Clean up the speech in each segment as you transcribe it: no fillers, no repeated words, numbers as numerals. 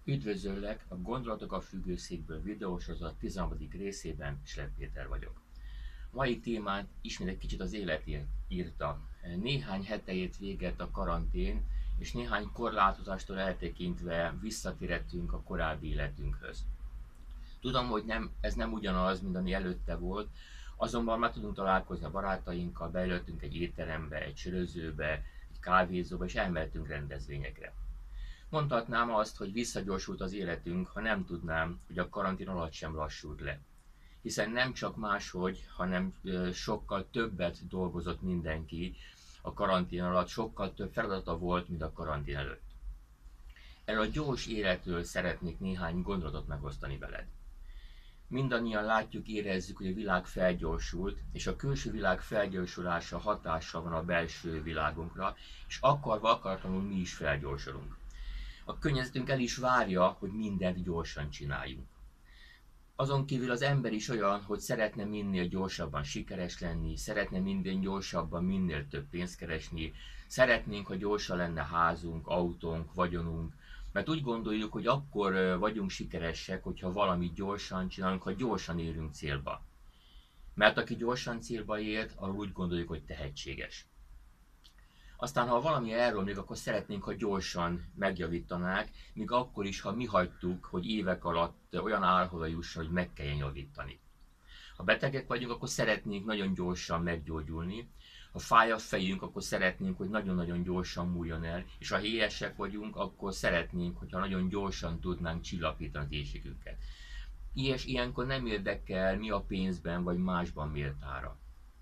Üdvözöllek, a Gondolatok a függőszékből videósorozat 13. részében Schlepp Péter vagyok. Mai témát ismét egy kicsit az életért írta. Néhány hete ért véget a karantén, és néhány korlátozástól eltekintve visszatérhetünk a korábbi életünkhöz. Tudom, hogy ez nem ugyanaz, mint ami előtte volt, azonban már tudunk találkozni a barátainkkal, bejöttünk egy étterembe, egy sörözőbe, egy kávézóba, és elmehetünk rendezvényekre. Mondhatnám azt, hogy visszagyorsult az életünk, ha nem tudnám, hogy a karantén alatt sem lassult le. Hiszen nem csak máshogy, hanem sokkal többet dolgozott mindenki a karantén alatt, sokkal több feladata volt, mint a karantén előtt. Erről a gyors életről szeretnék néhány gondolatot megosztani veled. Mindannyian látjuk, érezzük, hogy a világ felgyorsult, és a külső világ felgyorsulása hatással van a belső világunkra, és akarva akaratlanul mi is felgyorsulunk. A környezetünk el is várja, hogy mindent gyorsan csináljunk. Azon kívül az ember is olyan, hogy szeretne minél gyorsabban sikeres lenni, szeretne minden gyorsabban minél több pénzt keresni, szeretnénk, ha gyorsan lenne házunk, autónk, vagyonunk, mert úgy gondoljuk, hogy akkor vagyunk sikeresek, hogyha valamit gyorsan csinálunk, ha gyorsan érünk célba. Mert aki gyorsan célba ért, arról úgy gondoljuk, hogy tehetséges. Aztán, ha valami elromlik, akkor szeretnénk, ha gyorsan megjavítanák, míg akkor is, ha mi hagytuk, hogy évek alatt olyan állapotba jusson, hogy meg kelljen javítani. Ha betegek vagyunk, akkor szeretnénk nagyon gyorsan meggyógyulni. Ha fáj a fejünk, akkor szeretnénk, hogy nagyon-nagyon gyorsan múljon el. És ha éhesek vagyunk, akkor szeretnénk, hogyha nagyon gyorsan tudnánk csillapítani az éhségünket. Ilyenkor nem érdekel, mi a pénzben vagy másban mért ára.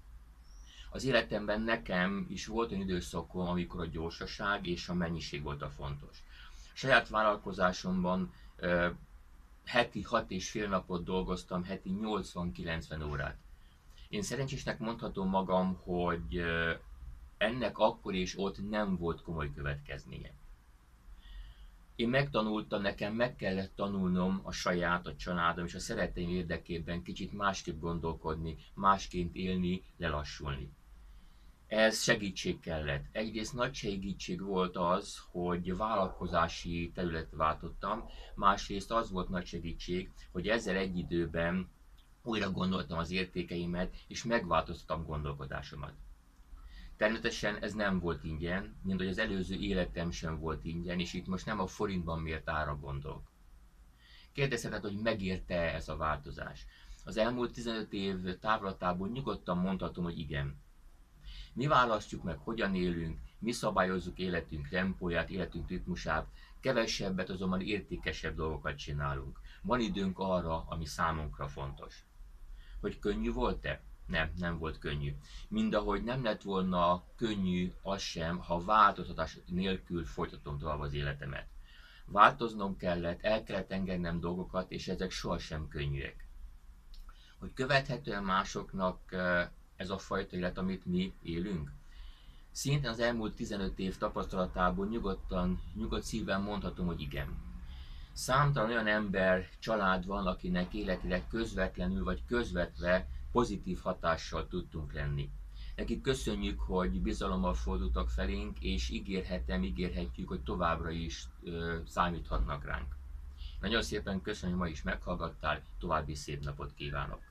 Az életemben nekem is volt olyan időszakom, amikor a gyorsaság és a mennyiség volt a fontos. A saját vállalkozásomban heti 6,5 napot dolgoztam, heti 80-90 órát. Én szerencsésnek mondhatom magam, hogy ennek akkor és ott nem volt komoly következménye. Én megtanultam, nekem meg kellett tanulnom a családom és a szeretteim érdekében kicsit másképp gondolkodni, másként élni, lelassulni. Ez segítség kellett. Egyrészt nagy segítség volt az, hogy vállalkozási területet váltottam, másrészt az volt nagy segítség, hogy ezzel egy időben újra gondoltam az értékeimet, és megváltoztattam gondolkodásomat. Természetesen ez nem volt ingyen, mint hogy az előző életem sem volt ingyen, és itt most nem a forintban mért ára gondolok. Kérdezheted, hogy megérte ez a változás. Az elmúlt 15 év távlatából nyugodtan mondhatom, hogy igen. Mi választjuk meg, hogyan élünk, mi szabályozzuk életünk tempóját, életünk ritmusát, kevesebbet, azonban értékesebb dolgokat csinálunk. Van időnk arra, ami számunkra fontos. Hogy könnyű volt-e? Nem, nem volt könnyű. Mindahogy nem lett volna könnyű az sem, ha változtatás nélkül folytatom tovább az életemet. Változnom kellett, el kellett engednem dolgokat, és ezek sohasem könnyűek. Hogy követhetően másoknak ez a fajta élet, amit mi élünk? Szintén az elmúlt 15 év tapasztalatából nyugodt szívvel mondhatom, hogy igen. Számtalan olyan ember, család van, akinek életére közvetlenül vagy közvetve pozitív hatással tudtunk lenni. Nekik köszönjük, hogy bizalommal fordultak felénk, és ígérhetjük, hogy továbbra is számíthatnak ránk. Nagyon szépen köszönöm, hogy ma is meghallgattál, további szép napot kívánok!